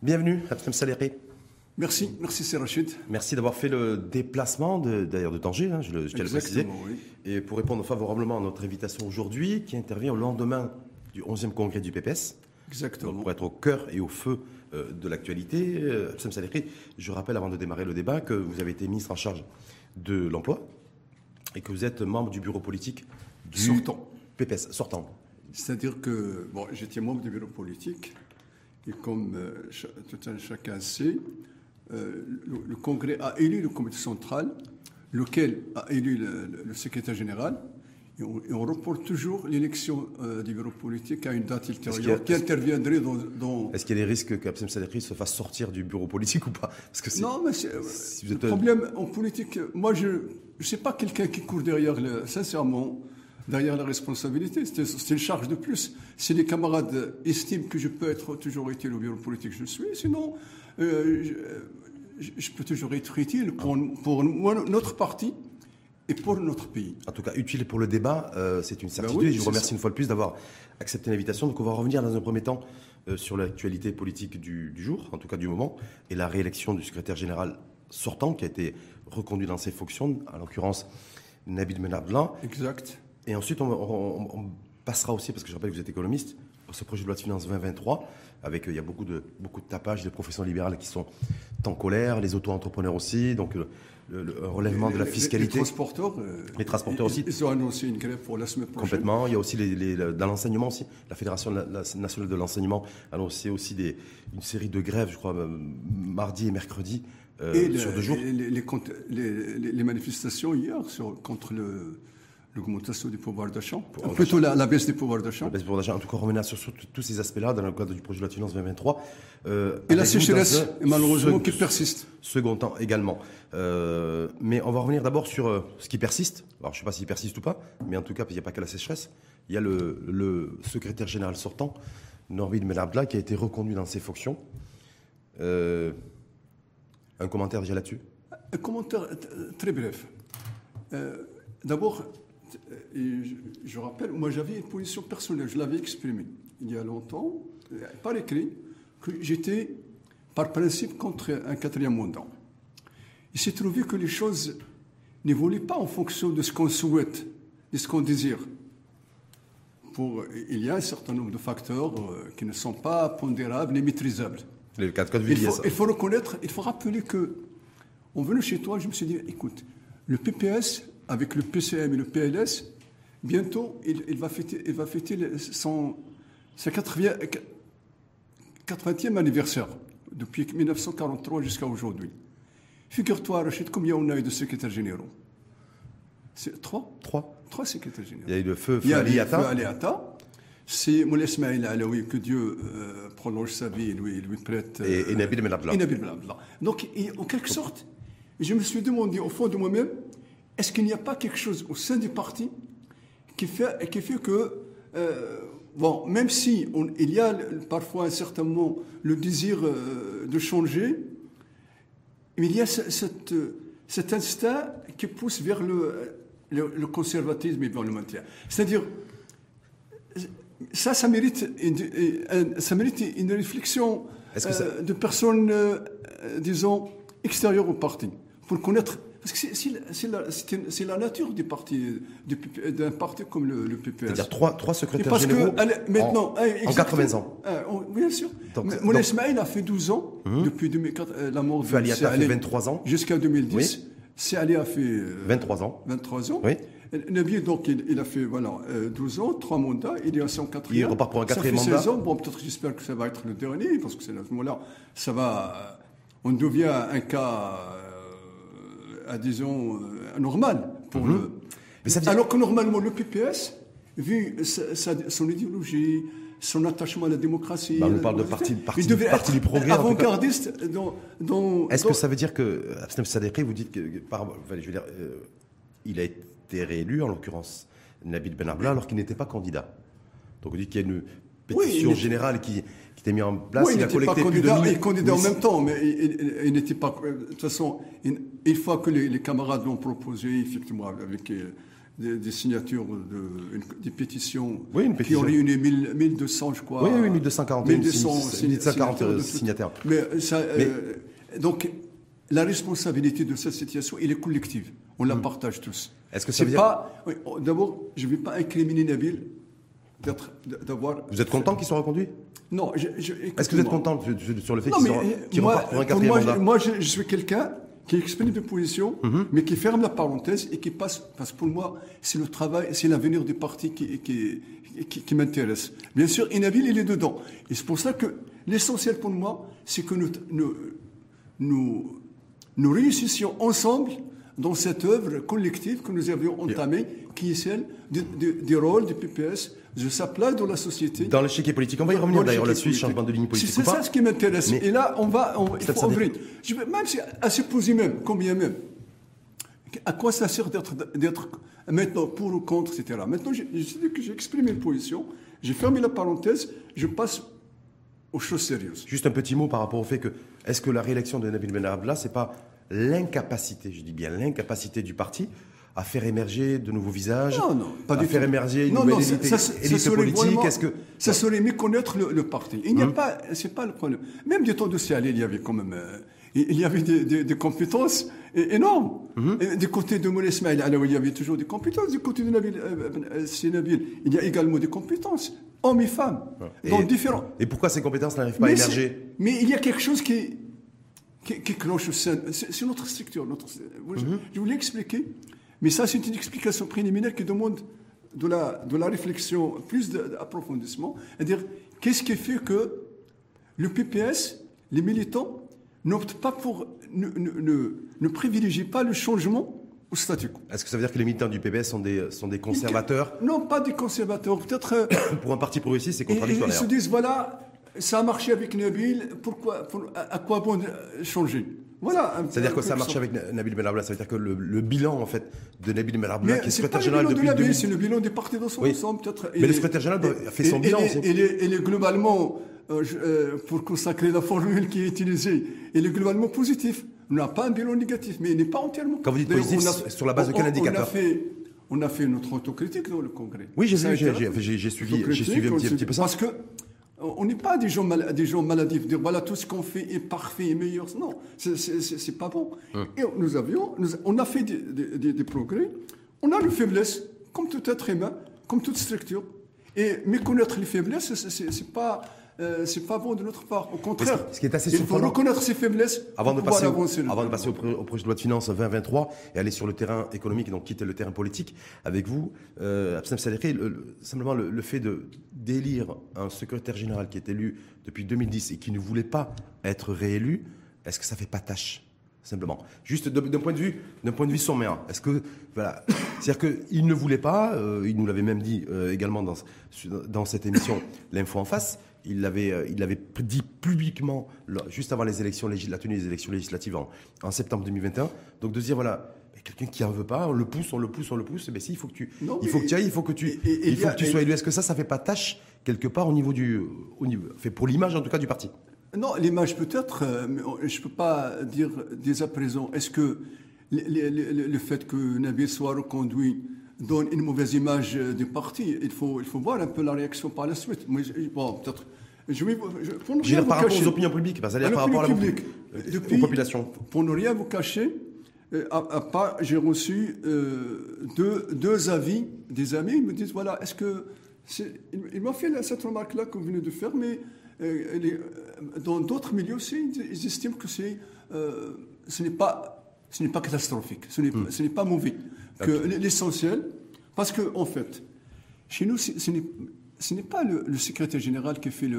Bienvenue, Abdeslam Salehri. Merci c'est Rachid. Merci d'avoir fait le déplacement d'ailleurs de Tanger, je tiens à le préciser, oui. Et pour répondre favorablement à notre invitation aujourd'hui, qui intervient au lendemain du 11e congrès du PPS. Exactement. Donc pour être au cœur et au feu de l'actualité, Abdeslam Salehri, je rappelle avant de démarrer le débat que vous avez été ministre en charge de l'emploi et que vous êtes membre du bureau politique du Sortant. PPS, sortant. C'est-à-dire que j'étais membre du bureau politique et comme chacun sait, le Congrès a élu le comité central, lequel a élu le secrétaire général, et on reporte toujours l'élection du bureau politique à une date ultérieure qui interviendrait dans... Est-ce qu'il y a des risques qu'Abdeslam Salehri se fasse sortir du bureau politique ou pas? Parce que non, mais le problème en politique, moi je ne suis pas quelqu'un qui court derrière, sincèrement, derrière la responsabilité. C'est une charge de plus. Si les camarades estiment que je peux être toujours utile au bureau politique, je le suis. Sinon, je peux toujours être utile pour notre parti et pour notre pays. En tout cas, utile pour le débat, c'est une certitude. Oui, et je vous remercie une fois de plus d'avoir accepté l'invitation. Donc on va revenir dans un premier temps sur l'actualité politique du jour, en tout cas du moment, et la réélection du secrétaire général sortant qui a été reconduit dans ses fonctions, en l'occurrence Nabil Benabdallah. Exact. Et ensuite, on passera aussi, parce que je rappelle que vous êtes économiste, pour ce projet de loi de finances 2023, avec il y a beaucoup de tapage des professions libérales qui sont en colère, les auto-entrepreneurs aussi, donc le relèvement de la fiscalité. Les transporteurs aussi. Ils ont annoncé une grève pour la semaine prochaine. Complètement. Il y a aussi dans l'enseignement aussi. La Fédération nationale de l'enseignement a annoncé aussi une série de grèves, je crois, mardi et mercredi, sur 2 jours. Les manifestations hier contre l'augmentation du pouvoir d'achat, plutôt la baisse du pouvoir d'achat. La baisse du pouvoir d'achat, en tout cas, on revenir sur tous ces aspects-là dans le cadre du projet de loi de finances 2023. Et la sécheresse, malheureusement, qui persiste. Second temps également. Mais on va revenir d'abord sur ce qui persiste. Alors, je ne sais pas s'il persiste ou pas, mais en tout cas, il n'y a pas que la sécheresse. Il y a le secrétaire général sortant, Nabil Benabdallah, qui a été reconduit dans ses fonctions. Un commentaire déjà là-dessus? Un commentaire très bref. D'abord, je rappelle, moi j'avais une position personnelle, je l'avais exprimée il y a longtemps, par écrit, que j'étais par principe contre un 4e mandat. Il s'est trouvé que les choses n'évoluent pas en fonction de ce qu'on souhaite, de ce qu'on désire. Il y a un certain nombre de facteurs qui ne sont pas pondérables ni maîtrisables. Les 4 codes Villiers. Il faut reconnaître, il faut rappeler que, en venant chez toi, je me suis dit, écoute, le PPS, avec le PCM et le PLS, bientôt, il va fêter sa 80e anniversaire, depuis 1943 jusqu'à aujourd'hui. Figure-toi, Rachid, combien on a eu de secrétaires généraux? C'est 3 secrétaires généraux. Il y a eu le feu Ali Atta. C'est Moulay Ismaïl Alaoui, que Dieu prolonge sa vie et lui prête. Et Nabil Benabdallah. Donc, en quelque sorte, je me suis demandé au fond de moi-même, est-ce qu'il n'y a pas quelque chose au sein du parti qui fait que, même si il y a parfois un certain moment le désir de changer, mais il y a cet instinct qui pousse vers le conservatisme et vers le maintien. C'est-à-dire, ça mérite une réflexion de personnes, disons, extérieures au parti, pour connaître. Parce que c'est la nature du parti, d'un parti comme le PPS. C'est-à-dire 3 secrétaires généraux en 80 ans. Bien sûr. Moulay Ismaïl a fait 12 ans, depuis 2004, la mort de Feu Ali Atta a fait 23 ans. Jusqu'à 2010. Oui. C'est Ali a fait 23 ans. 23 ans. Oui. Nabil, donc, il a fait 12 ans, 3 mandats, il est à son 4e. Il repart pour un 4e mandat. 16 ans. Bon, peut-être j'espère que ça va être le dernier, parce que c'est à ce moment-là, on devient un cas, disons, anormal. Alors que normalement, le PPS, vu son idéologie, son attachement à la déméocratie. On parle de parti du progrès. Avant-gardiste dans. Est-ce que ça veut dire que Abdeslam Salehri, vous dites que, il a été réélu, en l'occurrence Nabil Benabdallah, alors qu'il n'était pas candidat. Donc vous dites qu'il y a une pétition générale qui était mise en place. Oui, il n'était pas candidat, il candidat en même temps, mais il n'était pas. De toute façon, une fois que les camarades l'ont proposé, effectivement, avec des signatures, des pétitions Oui, une qui pétition. ont réuni 1200, je crois. Oui, oui, 1241 1240 signataires. Mais donc, la responsabilité de cette situation, elle est collective. On la partage tous. Est-ce que ça veut dire... Oui, d'abord, je ne vais pas incriminer Nabil d'avoir... Vous êtes content qu'il soit reconduit? Non, Est-ce que vous êtes content sur le fait qu'il reparte pour un pour quatrième mandat? moi, je suis quelqu'un qui exprime des positions, mais qui ferme la parenthèse et qui passe... Parce que pour moi, c'est le travail, c'est l'avenir du parti qui m'intéresse. Bien sûr, et Nabil, il est dedans. Et c'est pour ça que l'essentiel pour moi, c'est que nous réussissions ensemble dans cette œuvre collective que nous avions entamée, qui est celle des rôles du PPS, de sa place dans la société. Dans l'échiquier politique. On va y revenir d'ailleurs là-dessus, changement de ligne politique. C'est ça ce qui m'intéresse. Et là, il faut ouvrir. Même si, à supposer même, combien même, à quoi ça sert d'être maintenant pour ou contre, etc. Maintenant, j'ai dit que j'ai exprimé une position, j'ai fermé la parenthèse, je passe aux choses sérieuses. Juste un petit mot par rapport au fait que, est-ce que la réélection de Nabil Benrabla, c'est pas l'incapacité, je dis bien l'incapacité du parti à faire émerger de nouveaux visages, pas à faire émerger une nouvelle élite politique? Est-ce que ça serait méconnaître le parti? Il n'y a pas, c'est pas le problème. Même du temps de Sialé, il y avait quand même, il y avait des compétences énormes. Et du côté de Moulay Ismail Alaoui, il y avait toujours des compétences. Du côté de Nabil, il y a également des compétences, hommes et femmes, dans différents. Et pourquoi ces compétences n'arrivent pas à émerger? Mais il y a quelque chose qui cloche au sein. C'est notre structure. Je voulais expliquer. Mais ça, c'est une explication préliminaire qui demande de la réflexion, plus d'approfondissement. C'est-à-dire, qu'est-ce qui fait que le PPS, les militants, n'optent pas pour, ne privilégient pas le changement au statu quo? Est-ce que ça veut dire que les militants du PPS sont des conservateurs? Non, pas des conservateurs. Peut-être. Pour un parti progressiste, c'est contradictoire. Ils se disent, voilà, ça a marché avec Nabil, à quoi bon changer? Voilà. C'est-à-dire que ça a marché avec Nabil Benrabla. Ça veut dire que le bilan, en fait, de Nabil Benrabla, qui est secrétaire général depuis 2000... C'est le bilan des partis dans son ensemble, peut-être. Mais le secrétaire général a fait son bilan aussi. Il est globalement, pour consacrer la formule qui est utilisée, il est globalement positif. On n'a pas un bilan négatif, mais il n'est pas entièrement... Quand vous dites positif, sur la base de quel indicateur? On a fait notre autocritique dans le Congrès. Oui, j'ai suivi un petit peu ça. Parce que on n'est pas des gens maladifs, dire voilà, tout ce qu'on fait est parfait et meilleur. Non, c'est pas bon. Et on a fait des progrès. On a une faiblesse, comme tout être humain, comme toute structure. Et méconnaître les faiblesses, c'est pas bon de notre part. Au contraire, ce qui est assez il faut reconnaître ses faiblesses avant de passer au projet de loi de finances 2023 et aller sur le terrain économique, donc quitter le terrain politique avec vous. Abdeslam Salihri, simplement le fait d'élire un secrétaire général qui est élu depuis 2010 et qui ne voulait pas être réélu, est-ce que ça fait pas tâche? Simplement. Juste d'un point de vue sommaire. Est-ce que, voilà. C'est-à-dire qu'il ne voulait pas, il nous l'avait même dit également dans cette émission, l'Info en face, il l'avait dit publiquement, juste avant la tenue des élections législatives en septembre 2021. Donc de se dire, voilà, quelqu'un qui en veut pas, on le pousse, et bien si, il faut que tu ailles, il faut que tu sois élu. Est-ce que ça fait pas tâche quelque part au niveau fait pour l'image en tout cas du parti? Non, l'image peut-être, mais je ne peux pas dire dès à présent. Est-ce que le fait que Nabil soit reconduit donne une mauvaise image du parti? Il faut voir un peu la réaction par la suite. Mais, bon, peut-être. Par rapport aux opinions publiques, par rapport aux populations. Pour ne rien vous cacher, j'ai reçu deux avis des amis. Ils me disent voilà, est-ce que. Il m'a fait cette remarque-là que vous venez de faire, mais. Dans d'autres milieux aussi, ils estiment que ce n'est pas catastrophique, ce n'est pas mauvais. Que l'essentiel, parce que en fait, chez nous, ce n'est pas le secrétaire général qui fait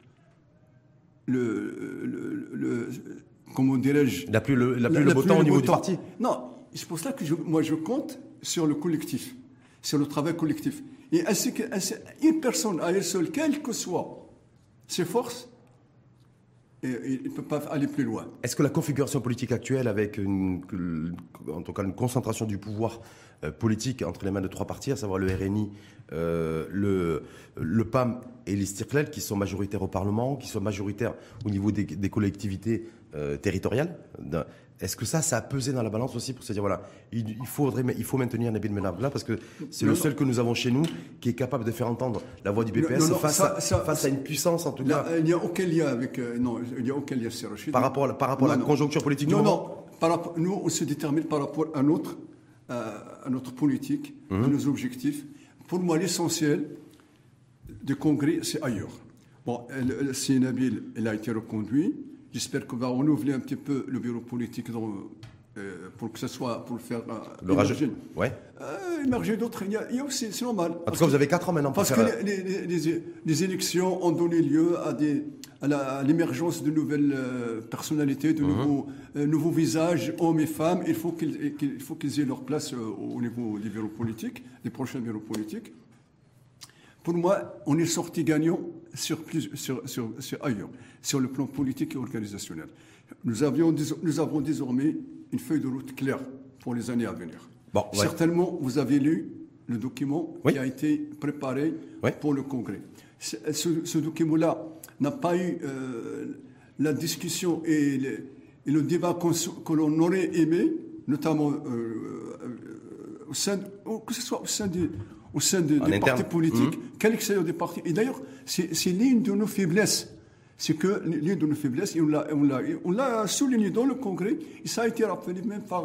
comment dirais-je, la plus le beau temps au niveau du parti. Non, c'est pour ça que je compte sur le collectif, sur le travail collectif. Et ainsi qu'une personne à elle seule, quelle que soit ses forces, et il ne peut pas aller plus loin. Est-ce que la configuration politique actuelle, avec en tout cas une concentration du pouvoir politique entre les mains de trois partis, à savoir le RNI, le PAM et l'Istiqlal, qui sont majoritaires au Parlement, qui sont majoritaires au niveau des collectivités territoriale. Est-ce que ça a pesé dans la balance aussi pour se dire, voilà, il faut maintenir Nabil Benabla parce que c'est le seul que nous avons chez nous qui est capable de faire entendre la voix du PPS face à une puissance, en tout cas. Il n'y a aucun lien avec... non, il n'y a aucun lien, c'est Rachid. Par rapport à la conjoncture politique du moment. Non, nous, on se détermine par rapport à notre politique, à nos objectifs. Pour moi, l'essentiel du congrès, c'est ailleurs. Bon, si Nabil, il a été reconduit, j'espère qu'on va renouveler un petit peu le bureau politique pour que ce soit, pour le faire émerger. Ouais. Émerger d'autres, il y a aussi, c'est normal. En tout cas, vous avez 4 ans maintenant pour faire... Parce que les élections ont donné lieu à l'émergence de nouvelles personnalités, de nouveaux visages, hommes et femmes. Il faut qu'ils aient leur place au niveau des bureaux politiques, des prochains bureaux politiques. Pour moi, on est sorti gagnant sur ailleurs, sur le plan politique et organisationnel. Nous avons désormais une feuille de route claire pour les années à venir. Bon, ouais. Certainement, vous avez lu le document qui a été préparé pour le Congrès. Ce document-là n'a pas eu la discussion et le débat que l'on aurait aimé, notamment que ce soit au sein des partis politiques, qu'à l'extérieur des partis. Et d'ailleurs, c'est l'une de nos faiblesses. C'est que l'une de nos faiblesses, et on l'a souligné dans le Congrès, et ça a été rappelé même par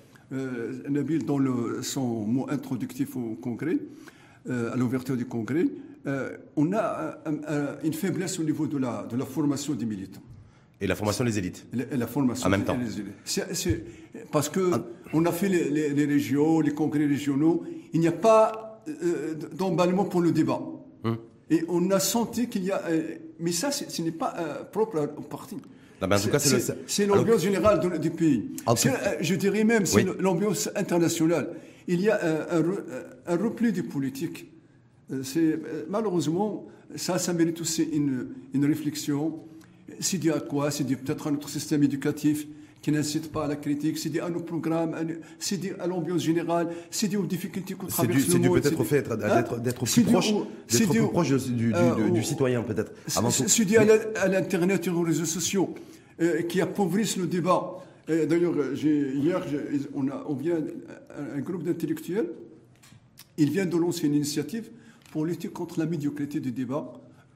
Nabil dans son mot introductif au Congrès, à l'ouverture du Congrès. On a une faiblesse au niveau de la formation des militants. Et la formation des élites. Et la formation en même temps. Des élites. Parce qu'on a fait les régions, les congrès régionaux, il n'y a pas d'emballement pour le débat. Et on a senti qu'il y a... mais ça, ce n'est pas propre au parti. Non, en tout cas, c'est l'ambiance générale du pays. Je dirais même, c'est l'ambiance internationale. Il y a un repli des politiques. Malheureusement, ça mérite aussi une réflexion. C'est dû à quoi? C'est dû peut-être à notre système éducatif qui n'incite pas à la critique, c'est dû à nos programmes, c'est dû à l'ambiance générale, c'est dû aux difficultés qu'on traverse le monde. C'est dû peut-être au fait d'être plus proche du citoyen, peut-être. C'est dû à l'Internet et aux réseaux sociaux qui appauvrissent le débat. D'ailleurs, hier, on vient, un groupe d'intellectuels, il vient de lancer une initiative pour lutter contre la médiocrité du débat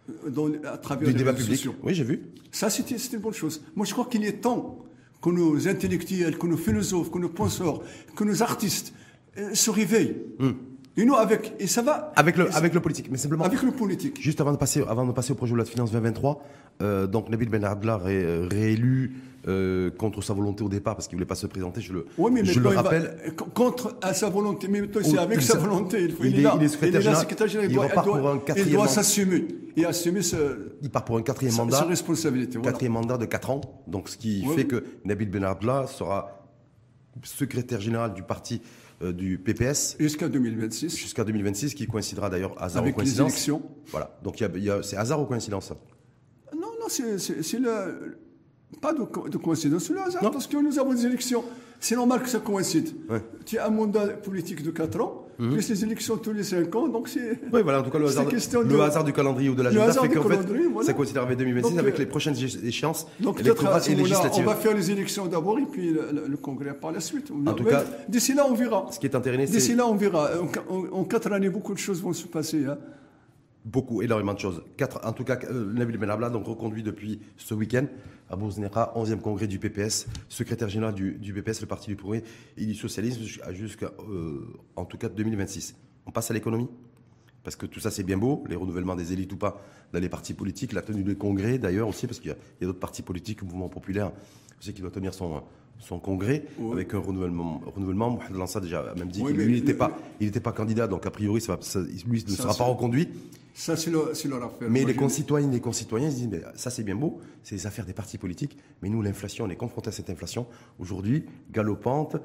à travers les réseaux sociaux. Oui, j'ai vu. Ça, c'était une bonne chose. Moi, je crois qu'il est temps que nos intellectuels, que nos philosophes, que nos penseurs, que nos artistes se réveillent. Et nous, et ça va... Avec le politique, mais simplement... Avec le politique. Juste avant de passer au projet de loi de finances 2023, donc Nabil Benabla réélu contre sa volonté au départ, parce qu'il ne voulait pas se présenter, je le rappelle. Contre sa volonté, mais c'est avec sa volonté. Il est secrétaire général, il repart pour un quatrième mandat. Il doit s'assumer. Et assumer il part pour un quatrième mandat. Sa responsabilité. Quatrième mandat de 4 ans. Donc ce qui fait que Nabil Benabla sera secrétaire général du parti du PPS. Jusqu'à 2026. Jusqu'à 2026, qui coïncidera d'ailleurs hasard ou coïncidence. Avec les élections. Voilà. Donc c'est hasard ou coïncidence? Non, c'est pas de coïncidence, c'est le hasard, parce que nous avons des élections. C'est normal que ça coïncide. Ouais. Tu as un mandat politique de 4 ans, plus les élections tous les 5 ans, donc c'est... Oui, voilà, en tout cas, le hasard du calendrier ou de l'agenda fait qu'en fait, ça coïncidera avec 2026 donc, avec les prochaines échéances électorales et législatives. On va faire les élections d'abord et puis le Congrès par la suite. En tout cas, d'ici là, on verra. Ce qui est entériné, d'ici là, on verra. En 4 années, beaucoup de choses vont se passer. Hein. Beaucoup, énormément de choses. En tout cas, Nabil Benabla, donc reconduit depuis ce week-end à Bouznera, 11e congrès du PPS, secrétaire général du PPS, le parti du progrès et du socialisme, jusqu'à, en tout cas, 2026. On passe à l'économie, parce que tout ça, c'est bien beau, les renouvellements des élites ou pas dans les partis politiques, la tenue des congrès, d'ailleurs, aussi, parce qu'il y a d'autres partis politiques, le mouvement populaire, je sais qu'il doit tenir son congrès, avec un renouvellement. Mohamed Lansat déjà a même dit qu'il n'était pas candidat, donc a priori, lui ne sera pas reconduit. Ça, c'est leur affaire. Mais les concitoyens, ils se disent, mais ça c'est bien beau, c'est les affaires des partis politiques, mais nous, l'inflation, on est confronté à cette inflation, aujourd'hui, galopante,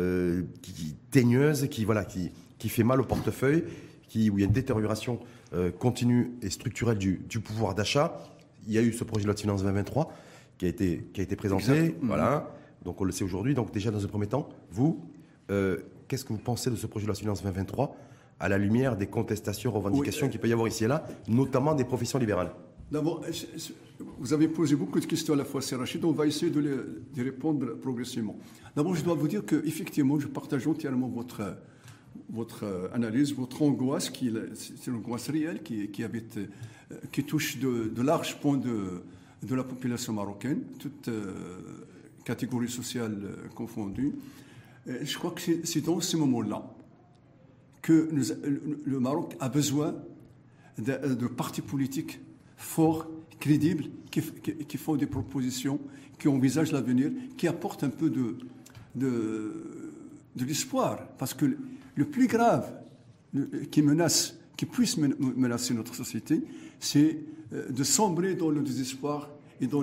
teigneuse, qui fait mal au portefeuille, où il y a une détérioration continue et structurelle du pouvoir d'achat. Il y a eu ce projet de loi de finances 2023 qui a été présenté, exact. Voilà. Donc on le sait aujourd'hui. Donc déjà dans un premier temps, vous, qu'est-ce que vous pensez de ce projet de loi de finances 2023 à la lumière des contestations, revendications qu'il peut y avoir ici et là, notamment des professions libérales? D'abord, vous avez posé beaucoup de questions à la fois, c'est Rachid, on va essayer de répondre progressivement. D'abord, je dois vous dire qu'effectivement, je partage entièrement votre analyse, votre angoisse, c'est une angoisse réelle qui touche de larges pans de la population marocaine, toute catégorie sociale confondue. Je crois que c'est dans ce moment-là que le Maroc a besoin de partis politiques forts, crédibles, qui font des propositions, qui envisagent l'avenir, qui apportent un peu de l'espoir. Parce que le plus grave qui puisse menacer notre société, c'est de sombrer dans le désespoir et dans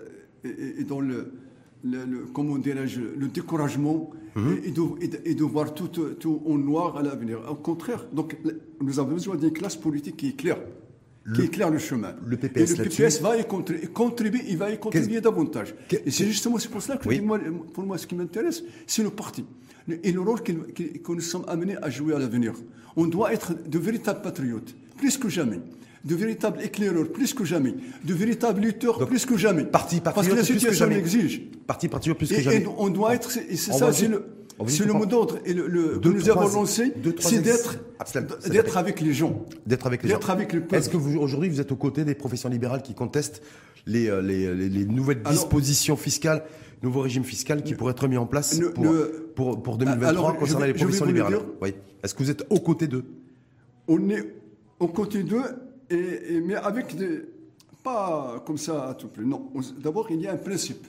comment dirais-je, le découragement et de voir tout en noir à l'avenir. Au contraire, donc, nous avons besoin d'une classe politique qui éclaire le chemin. Le PPS, et le PPS va y contribuer davantage. Et c'est pour cela que pour moi, ce qui m'intéresse, c'est le parti et le rôle que nous sommes amenés à jouer à l'avenir. On doit être de véritables patriotes, plus que jamais. De véritables éclaireurs, plus que jamais. De véritables lutteurs, plus que jamais. Parti parce que la situation l'exige. Parti patriote plus que jamais. Et on doit être, et c'est ça, c'est le mot d'ordre que nous avons lancé, c'est d'être avec les gens. D'être avec les gens. D'être avec le peuple. Est-ce que aujourd'hui, vous êtes aux côtés des professions libérales qui contestent les nouvelles dispositions fiscales, nouveau régime fiscal qui pourrait être mis en place pour 2023 concernant les professions libérales? Oui. Est-ce que vous êtes aux côtés d'eux? On est aux côtés d'eux, mais avec pas comme ça à tout prix. Non. D'abord, il y a un principe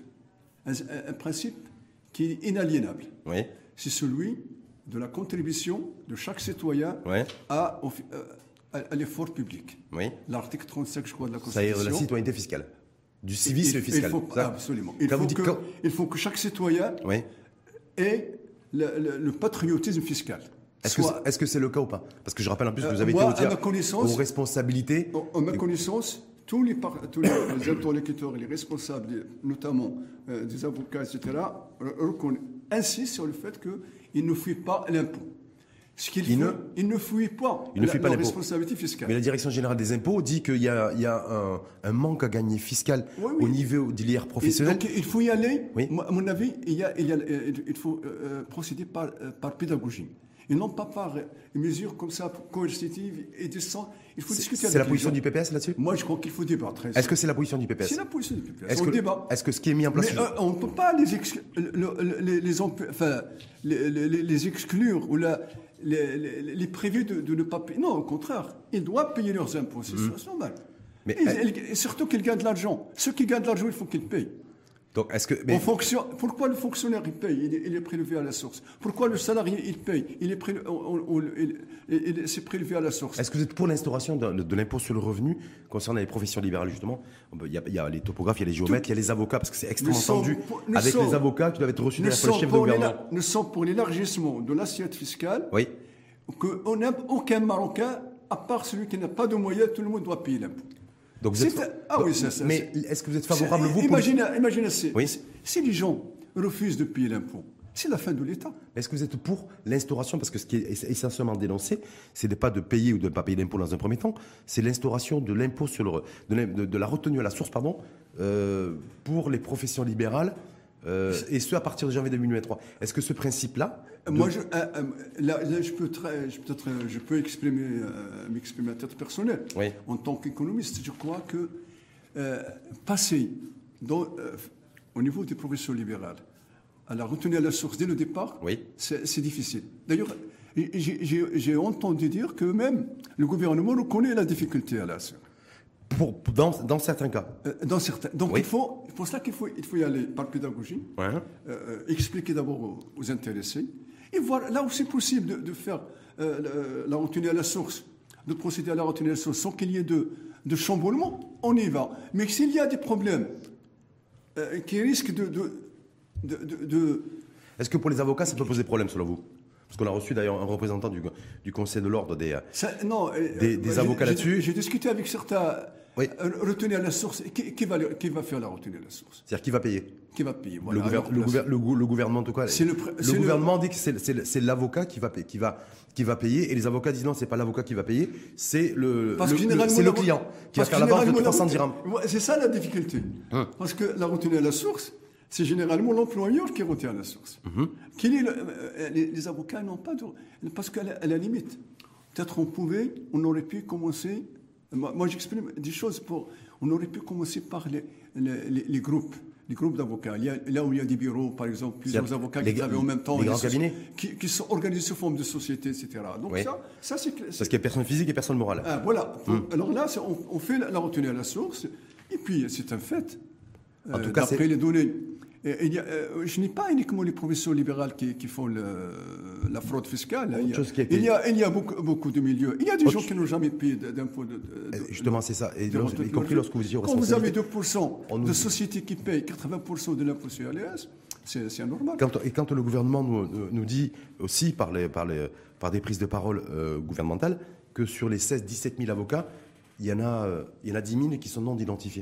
qui est inaliénable. Oui. C'est celui de la contribution de chaque citoyen à l'effort public. Oui. L'article 35, je crois, de la Constitution. Ça y est, la citoyenneté fiscale. Du civisme fiscal. Absolument. Il faut que chaque citoyen ait le patriotisme fiscal. Est-ce que c'est le cas ou pas? Parce que je rappelle en plus que vous avez été aux responsabilités. À ma connaissance, tous les interlocuteurs et les responsables, notamment des avocats, etc., insistent sur le fait qu'ils ne fuient pas l'impôt. Ils ne fuient pas la responsabilité fiscale. Mais la Direction générale des impôts dit qu'il y a un manque à gagner fiscal au niveau de l'IR professionnel. Donc il faut y aller. Oui. À mon avis, il faut procéder par pédagogie. Et non pas par une mesure comme ça, coercitive et descend. Il faut discuter avec les gens. C'est la position du PPS là-dessus? Moi, je crois qu'il faut débattre. Est-ce que c'est la position du PPS? C'est la position du PPS. On débat. Est-ce que ce qui est mis en place... Mais on ne peut pas les exclure ou les priver de ne pas payer. Non, au contraire. Ils doivent payer leurs impôts. C'est normal. Et surtout qu'ils gagnent de l'argent. Ceux qui gagnent de l'argent, il faut qu'ils payent. Donc, pourquoi le fonctionnaire il paye, il est prélevé à la source? Pourquoi le salarié il paye, c'est prélevé à la source? Est-ce que vous êtes pour l'instauration de l'impôt sur le revenu concernant les professions libérales justement? Il y a les topographes, il y a les géomètres, il y a les avocats parce que c'est extrêmement tendu avec les avocats qui doivent être reçus de la part du chef de gouvernement. Nous sommes pour l'élargissement de l'assiette fiscale. Oui. Qu'on n'a aucun Marocain, à part celui qui n'a pas de moyens, tout le monde doit payer l'impôt. Donc mais est-ce que vous êtes favorable, vous, Imaginez, si les gens refusent de payer l'impôt, c'est la fin de l'État. Est-ce que vous êtes pour l'instauration, parce que ce qui est essentiellement dénoncé, c'est pas de payer ou de ne pas payer l'impôt dans un premier temps, c'est l'instauration de l'impôt sur de la retenue à la source, pour les professions libérales, et ce à partir de janvier 2023. Est-ce que ce principe-là... Moi, je peux m'exprimer à titre personnel. Oui. En tant qu'économiste, je crois que passer au niveau des professions libérales à la retenue à la source dès le départ, c'est difficile. D'ailleurs, j'ai entendu dire que même le gouvernement reconnaît la difficulté à la source. Dans certains cas. Donc il faut y aller par pédagogie, expliquer d'abord aux intéressés, et voir là où c'est possible de faire la retenue à la source, de procéder à la retenue à la source sans qu'il y ait de chamboulement, on y va. Mais s'il y a des problèmes qui risquent Est-ce que pour les avocats, ça peut poser problème selon vous? Parce qu'on a reçu d'ailleurs un représentant du Conseil de l'ordre des avocats là-dessus. J'ai discuté avec certains Oui. Retenue à la source, qui va faire la retenue à la source? C'est-à-dire qui va payer? Qui va payer? Le, Voilà. le gouvernement, en tout cas. Le gouvernement dit que c'est l'avocat qui va payer, et les avocats disent non, c'est pas l'avocat qui va payer, c'est le client qui va faire l'avance de 300 dirhams. C'est ça la difficulté. Parce que la retenue à la source, c'est généralement l'employeur qui retient à la source. Les avocats n'ont pas de... Parce qu'à la limite, peut-être on aurait pu commencer... Moi, j'exprime des choses on aurait pu commencer par les groupes. Les groupes d'avocats. Là où il y a des bureaux, par exemple, plusieurs avocats qui travaillent en même temps. Les grands cabinets. Qui sont organisés sous forme de société, etc. Donc ça c'est... Parce qu'il y a personne physique et personne morale. Voilà. Alors là, on fait la retenue à la source, et puis c'est un fait. En tout cas, d'après les données... je n'ai pas uniquement les professions libérales qui font la fraude fiscale. Il y a beaucoup de milieux. Il y a des gens qui n'ont jamais payé d'impôts. Justement, c'est ça. Y compris lorsque vous étiez au Quand vous avez 2% de sociétés qui payent 80% de l'impôt sur l'AS, c'est anormal. Quand le gouvernement nous dit aussi, par des prises de parole gouvernementales, que sur les 16-17 000 avocats, il y en a 10 000 qui sont non identifiés.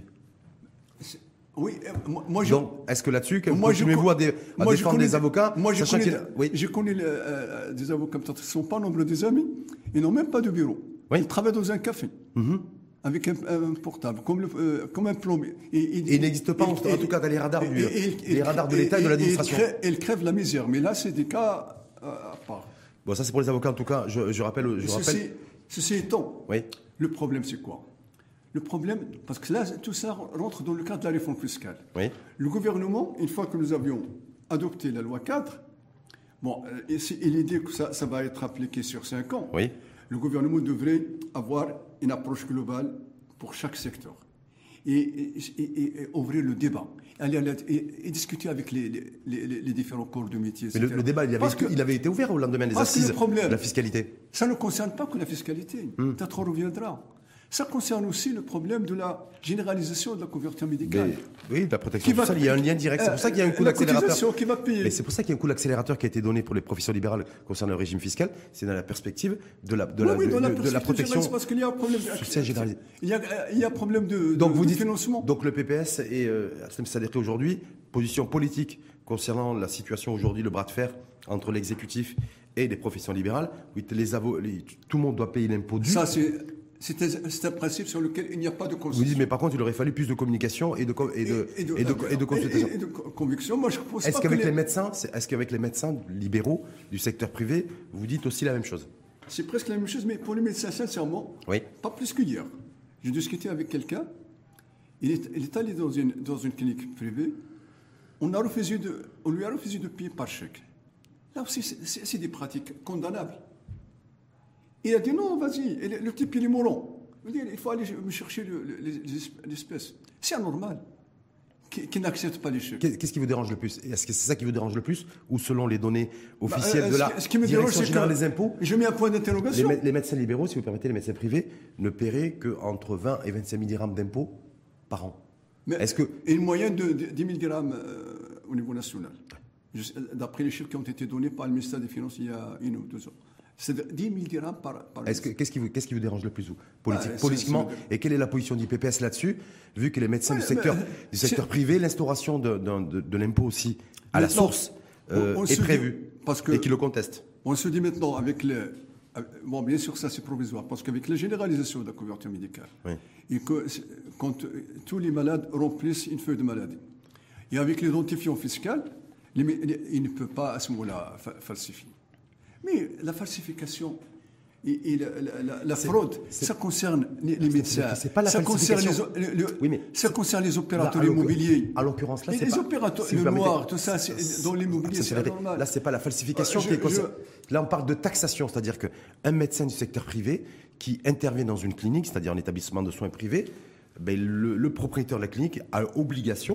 Oui, donc, est-ce que là-dessus, continuez-vous à défendre les avocats? Je connais des avocats qui ne sont pas nombreux des amis, ils n'ont même pas de bureau. Ils travaillent dans un café, avec un portable, comme un plombier. Il n'existe pas, en tout cas, dans les radars de l'État et de l'administration. Ils crèvent la misère, mais là, c'est des cas à part. Bon, ça, c'est pour les avocats, en tout cas. Je rappelle. Ceci étant, le problème, c'est quoi? Le problème, parce que là, tout ça rentre dans le cadre de la réforme fiscale. Le gouvernement, une fois que nous avions adopté la loi 4, et l'idée que ça va être appliqué sur 5 ans, le gouvernement devrait avoir une approche globale pour chaque secteur et ouvrir le débat, et discuter avec les différents corps de métier, etc. Mais le débat, il avait été ouvert au lendemain des assises de la fiscalité. Ça ne concerne pas que la fiscalité. Peut-être on reviendra. Ça concerne aussi le problème de la généralisation de la couverture médicale. Oui, de la protection sociale, il y a un lien direct. C'est pour ça qu'il y a un coup d'accélérateur. Qui va payer. Mais c'est pour ça qu'il y a un coup d'accélérateur qui a été donné pour les professions libérales concernant le régime fiscal. C'est dans la perspective de la protection parce qu'il y a un problème sociale généralisée. Il y a un problème de financement. Donc le PPS et Hassem Sadeghi aujourd'hui, position politique concernant la situation aujourd'hui, le bras de fer entre l'exécutif et les professions libérales. Oui, tout le monde doit payer l'impôt dû. C'est un principe sur lequel il n'y a pas de consensus. Vous dites, mais par contre, il aurait fallu plus de communication et de consultation. Et de conviction. Moi, je pense est-ce qu'avec les médecins libéraux du secteur privé, vous dites aussi la même chose? C'est presque la même chose, mais pour les médecins, sincèrement, pas plus qu'hier. J'ai discuté avec quelqu'un, il est allé dans une clinique privée, on lui a refusé de payer par chèque. Là aussi, c'est des pratiques condamnables. Il a dit non, vas-y. Et le type, il est mourant. Il faut aller me chercher l'espèce. C'est anormal qu'il n'accepte pas les chèques. Qu'est-ce qui vous dérange le plus? Est-ce que c'est ça qui vous dérange le plus? Ou selon les données officielles de la Direction générale des impôts, je mets un point d'interrogation. Les médecins libéraux, si vous permettez, les médecins privés ne paieraient qu'entre 20 et 25 000 dirhams d'impôts par an. Et une moyenne de 10 000 dirhams au niveau national. D'après les chiffres qui ont été donnés par le ministère des Finances il y a 1 ou 2 ans. C'est 10 000 dirhams par Qu'est-ce qui vous dérange le plus, vous, politiquement? Et quelle est la position du PPS là-dessus, vu que les médecins du secteur privé, l'instauration de l'impôt aussi à la source est prévue et qui le contestent? On se dit maintenant, avec bon, bien sûr, ça c'est provisoire, parce qu'avec la généralisation de la couverture médicale, et quand tous les malades remplissent une feuille de maladie, et avec l'identifiant fiscal, il ne peut pas à ce moment-là falsifier. Mais la falsification et la fraude, ça concerne les médecins, ça concerne les opérateurs immobiliers. À l'occurrence, là, les opérateurs, le noir, tout ça, dans l'immobilier, c'est normal. Là, c'est pas la falsification qui est concernée. Là, on parle de taxation, c'est-à-dire qu'un médecin du secteur privé qui intervient dans une clinique, c'est-à-dire un établissement de soins privé, le propriétaire de la clinique a obligation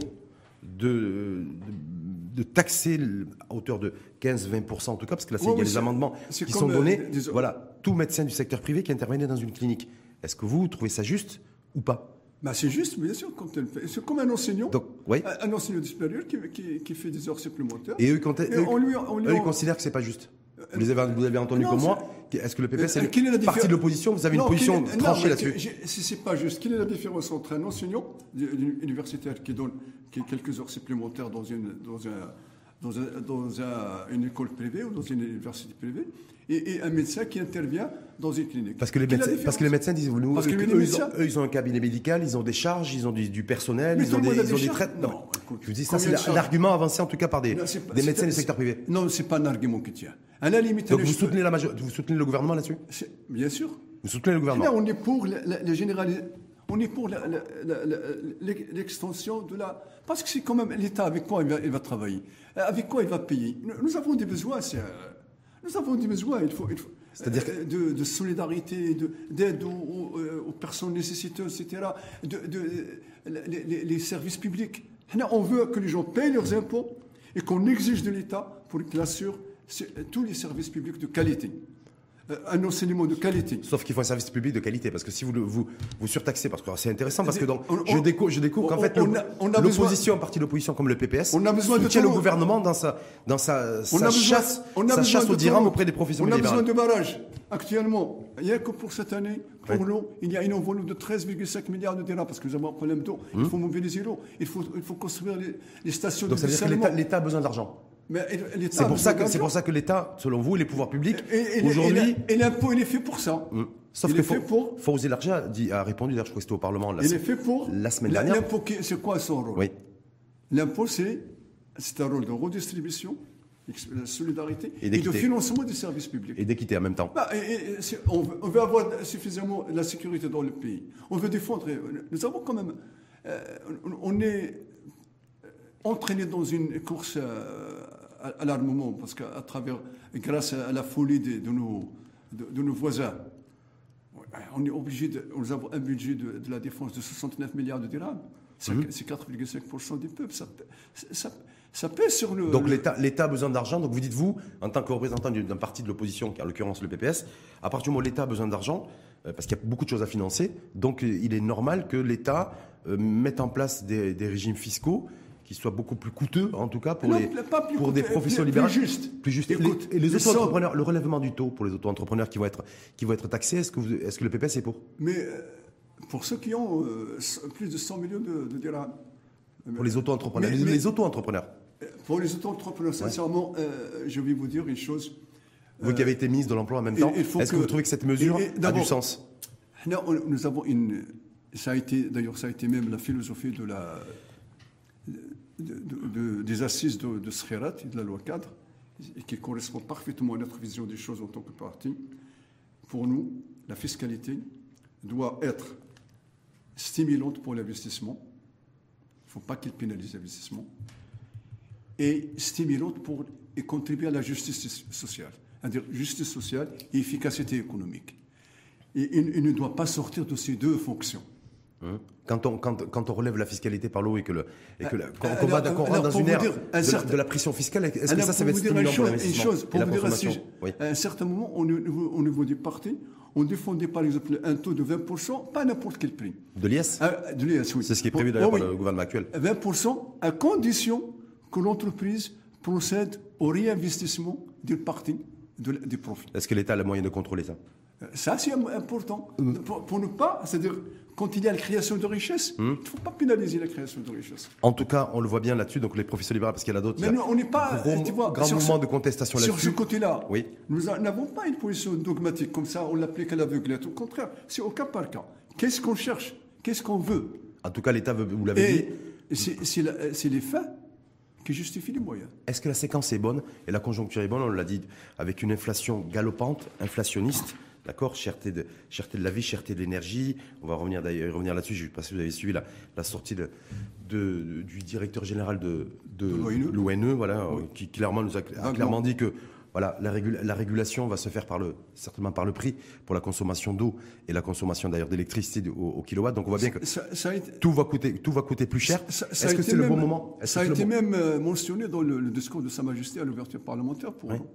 de taxer à hauteur de 15-20% en tout cas, parce que là, il y a des amendements qui sont donnés. Voilà, tout médecin du secteur privé qui intervenait dans une clinique. Est-ce que vous trouvez ça juste ou pas? C'est juste, bien sûr. C'est comme un enseignant, un enseignant supérieur qui fait des heures supplémentaires. Et eux, ils considèrent que c'est pas juste. Vous avez entendu Non, comme moi. Est-ce que le PPS est quelle est la parti de l'opposition? Vous avez une Non, position quelle est- tranchée non, là-dessus. C'est pas juste. Quelle est la différence entre un enseignant universitaire qui donne quelques heures supplémentaires dans une école privée ou dans une université privée et un médecin qui intervient dans une clinique? Parce que les médecins disent, eux, ils ont un cabinet médical, ils ont des charges, ils ont du personnel, ils ont des traitements. Non, je vous dis, ça, c'est l'argument avancé en tout cas par des médecins du secteur privé. Non, c'est pas un argument qui tient. À la limite, donc vous soutenez le gouvernement là-dessus? Bien sûr. Vous soutenez le gouvernement? Là, on est pour la généralisation. On est pour l'extension de la... Parce que c'est quand même l'État avec quoi il va travailler, avec quoi il va payer. Nous avons des besoins, nous avons des besoins, il faut c'est-à-dire de solidarité, d'aide aux personnes nécessiteuses, etc., les services publics. On veut que les gens payent leurs impôts et qu'on exige de l'État pour qu'il assure tous les services publics de qualité. Un enseignement de qualité. Sauf qu'il faut un service public de qualité, parce que si vous surtaxez, parce que c'est intéressant, parce que je découvre qu'en fait l'opposition, un parti d'opposition comme le PPS, soutient le gouvernement dans sa chasse au dirham auprès des professions libérales. On a besoin de barrages. Actuellement, rien que pour cette année, pour l'eau, il y a une enveloppe de 13,5 milliards de dirhams, parce que nous avons un problème d'eau. Il faut mobiliser l'eau. Il faut construire les stations de dessalement. Donc ça veut dire que l'État a besoin d'argent. C'est pour ça que l'État, selon vous, les pouvoirs publics, aujourd'hui... Et l'impôt, il est fait pour ça. Sauf que Fawzi Larja a répondu, d'ailleurs, je crois que c'était au Parlement la semaine dernière. L'impôt, c'est quoi son rôle? Oui. L'impôt, c'est un rôle de redistribution, de solidarité et de financement des services publics. Et d'équité en même temps. On veut avoir suffisamment la sécurité dans le pays. On veut défendre... Nous avons quand même... on est entraîné dans une course à l'armement, parce grâce à la folie de nos voisins, on est obligé nous avons un budget de la défense de 69 milliards de dirhams. C'est 4,5% du peuple. Ça pèse sur le... Donc l'État a besoin d'argent. Donc vous dites-vous, en tant que représentant d'un parti de l'opposition, qui est en l'occurrence le PPS, à partir du moment où l'État a besoin d'argent, parce qu'il y a beaucoup de choses à financer, donc il est normal que l'État mette en place des régimes fiscaux qui soient beaucoup plus coûteux, en tout cas pour des professions libérales. Plus juste. Écoute, et les auto-entrepreneurs, le relèvement du taux pour les auto-entrepreneurs qui vont être taxés, est-ce que le PPS est pour? Mais pour ceux qui ont plus de 100 millions de dirhams. Pour les auto-entrepreneurs. Les auto-entrepreneurs. Pour les auto-entrepreneurs, sincèrement, je vais vous dire une chose. Vous qui avez été ministre de l'Emploi en même temps, est-ce que vous trouvez que cette mesure a du sens? Nous avons ça a été même la philosophie des assises de Skhairat et de la loi cadre, et qui correspond parfaitement à notre vision des choses en tant que parti. Pour nous, la fiscalité doit être stimulante pour l'investissement. Il ne faut pas qu'elle pénalise l'investissement. Et stimulante et contribuer à la justice sociale. C'est-à-dire justice sociale et efficacité économique. Et il ne doit pas sortir de ces deux fonctions. Quand on relève la fiscalité par l'eau qu'on rentre dans une ère de la pression fiscale, est-ce que ça va être stimulant pour l'investissement et la consommation? À un certain moment, au niveau des partis, on défendait par exemple un taux de 20%, pas à n'importe quel prix. De l'IS? De l'IS, oui. C'est ce qui est prévu d'ailleurs par le gouvernement actuel. 20% à condition que l'entreprise procède au réinvestissement du parti, des profits. Est-ce que l'État a le moyen de contrôler ça? Ça, c'est important. Pour ne pas, c'est-à-dire, quand il y a la création de richesse, il ne faut pas pénaliser la création de richesse. En tout cas, on le voit bien là-dessus, donc les professeurs libéraux, parce qu'il y en a d'autres. Mais nous, on n'est pas. Grand mouvement de contestation là-dessus. Sur ce côté-là, oui. Nous n'avons pas une position dogmatique comme ça, on l'applique à l'aveuglette. Au contraire, c'est au cas par cas. Qu'est-ce qu'on cherche? Qu'est-ce qu'on veut? En tout cas, l'État veut, vous l'avez dit. C'est les fins qui justifient les moyens. Est-ce que la séquence est bonne et la conjoncture est bonne? On l'a dit, avec une inflation galopante, inflationniste. D'accord, cherté de la vie, cherté de l'énergie. On va revenir là-dessus. Je ne sais pas si vous avez suivi la sortie du directeur général de l'ONE, voilà, qui clairement nous a clairement dit que voilà, la régulation va se faire certainement par le prix pour la consommation d'eau et la consommation d'ailleurs d'électricité au kilowatt. Donc on voit bien que tout va coûter plus cher. Est-ce que c'est le bon moment? Ça a été même mentionné dans le discours de Sa Majesté à l'ouverture parlementaire pour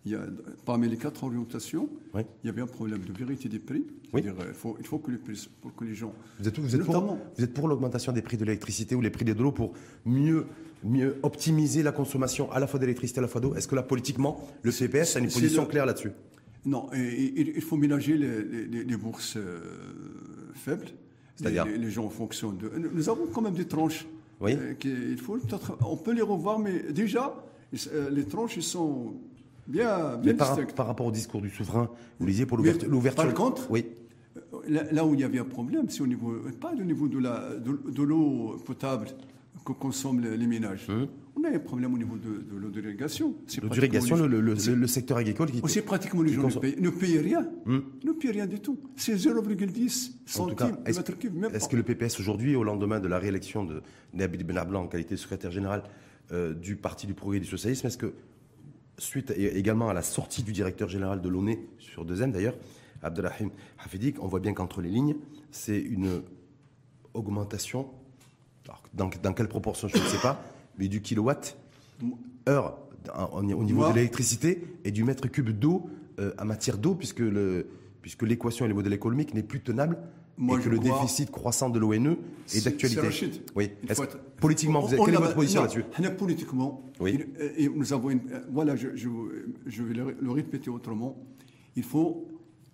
parmi les 4 orientations, Oui. il y avait un problème de vérité des prix. Oui. C'est-à-dire, il faut que pour que les gens... Vous êtes pour l'augmentation des prix de l'électricité ou les prix de l'eau pour mieux optimiser la consommation à la fois d'électricité à la fois d'eau. Est-ce que là, politiquement, le CPS a une position claire là-dessus? Non, il faut ménager les bourses faibles. C'est-à-dire les gens en fonction de... Nous avons quand même des tranches. Oui. On peut les revoir, mais déjà, les tranches, ils sont bien Mais distinctes. par rapport au discours du souverain, vous disiez pour l'ouverture... Par contre, oui. là où il y avait un problème, c'est pas au niveau de l'eau potable que consomment les ménages. On a un problème au niveau de l'eau d'irrigation. L'eau d'irrigation, le secteur agricole qui... C'est pratiquement les gens ne payent rien. Ne payent rien du tout. C'est 0,10 centimes de mètre cube. Est-ce que le PPS aujourd'hui, au lendemain de la réélection de Nabil Benabla en qualité de secrétaire général du Parti du Progrès et du Socialisme, est-ce que, suite également à la sortie du directeur général de l'ONE, sur 2M d'ailleurs, Abdelrahim Hafidi, on voit bien qu'entre les lignes, c'est une augmentation, alors, dans quelle proportion, je ne sais pas, mais du kilowatt-heure au niveau de l'électricité et du mètre cube d'eau en matière d'eau, puisque l'équation et le modèle économique n'est plus tenable et que le déficit croissant de l'ONE est d'actualité. Oui. Politiquement, quelle est votre position là-dessus? Politiquement, oui. Nous avons voilà, je vais le répéter autrement. Il faut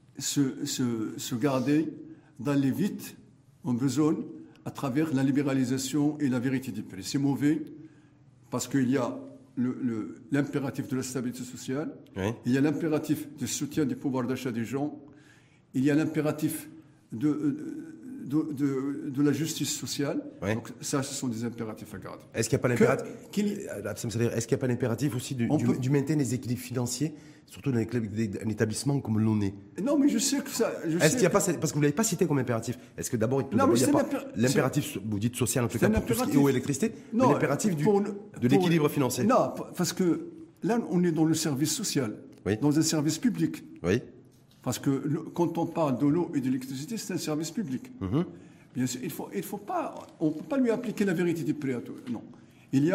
se garder dans les vides en besogne à travers la libéralisation et la vérité des prix. C'est mauvais parce qu'il y a l'impératif de la stabilité sociale, oui. Il y a l'impératif du soutien du pouvoir d'achat des gens, il y a l'impératif de la justice sociale. Oui. Donc ça, ce sont des impératifs à garder. Est-ce qu'il n'y a pas l'impératif aussi du maintien des équilibres financiers, surtout dans un établissement comme l'ONE? Non, mais je sais que ça... Est-ce qu'il n'y a pas... Parce que vous ne l'avez pas cité comme impératif. Est-ce que d'abord, il n'y a pas l'impératif, vous dites social en tout cas, pour tout ce qui est eau et électricité, mais l'impératif de l'équilibre financier? Non, parce que là, on est dans le service social, oui. Dans un service public. Oui. Parce que quand on parle de l'eau et de l'électricité, c'est un service public. Bien sûr, il faut pas, on ne peut pas lui appliquer la vérité des prix à tout. Non. Il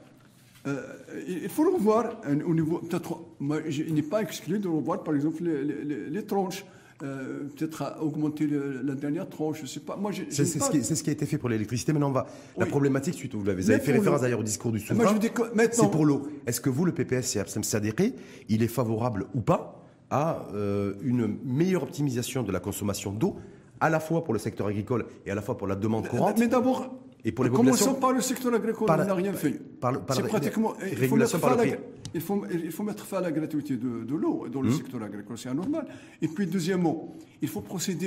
faut le revoir au niveau. Peut-être, il n'est pas exclu de revoir, par exemple, les tranches. Peut-être augmenter la dernière tranche, je ne sais pas. C'est ce qui a été fait pour l'électricité. Maintenant, la problématique, suite, vous avez fait référence d'ailleurs au discours du souverain, c'est pour l'eau. Est-ce que vous, le PPS et Abdeslam Sadeghi, il est favorable ou pas à une meilleure optimisation de la consommation d'eau, à la fois pour le secteur agricole et à la fois pour la demande courante? Mais d'abord, et pour les populations, commençons par le secteur agricole, on n'a rien fait. C'est pratiquement... Il faut mettre fin à la gratuité de l'eau dans le secteur agricole, c'est anormal. Et puis, deuxièmement, il faut procéder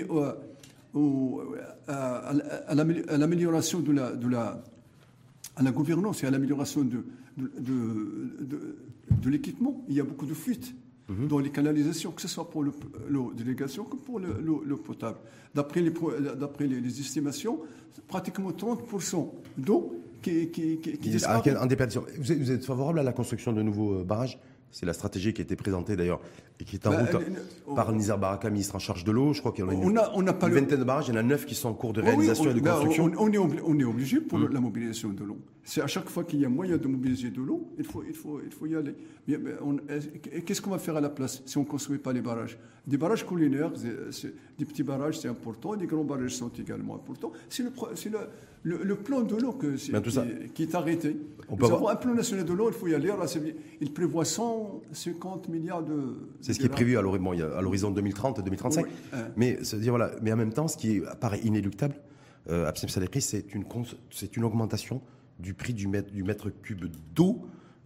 à l'amélioration de la gouvernance et à l'amélioration de l'équipement. Il y a beaucoup de fuites dans les canalisations, que ce soit pour l'eau d'irrigation que pour l'eau potable. D'après les estimations, pratiquement 30% d'eau qui disparaît. En déperdition. Vous êtes favorable à la construction de nouveaux barrages? C'est la stratégie qui a été présentée d'ailleurs et qui est en route par Nizar Baraka, ministre en charge de l'eau. Je crois qu'il y en a une vingtaine de barrages. Il y en a 9 qui sont en cours de réalisation et de construction. On est obligé pour la mobilisation de l'eau. C'est à chaque fois qu'il y a moyen de mobiliser de l'eau, il faut y aller. Qu'est-ce qu'on va faire à la place si on ne construit pas les barrages? Des barrages collinaires, des petits barrages, c'est important. Des grands barrages sont également importants. C'est le plan de l'eau qui est arrêté. Nous avons un plan national de l'eau, il faut y aller. Il prévoit 150 milliards de... C'est ce qui est prévu à l'horizon 2030-2035. Oui. Mais en même temps, ce qui paraît inéluctable, Abdeslam Sadeghi, c'est une augmentation du prix du mètre cube d'eau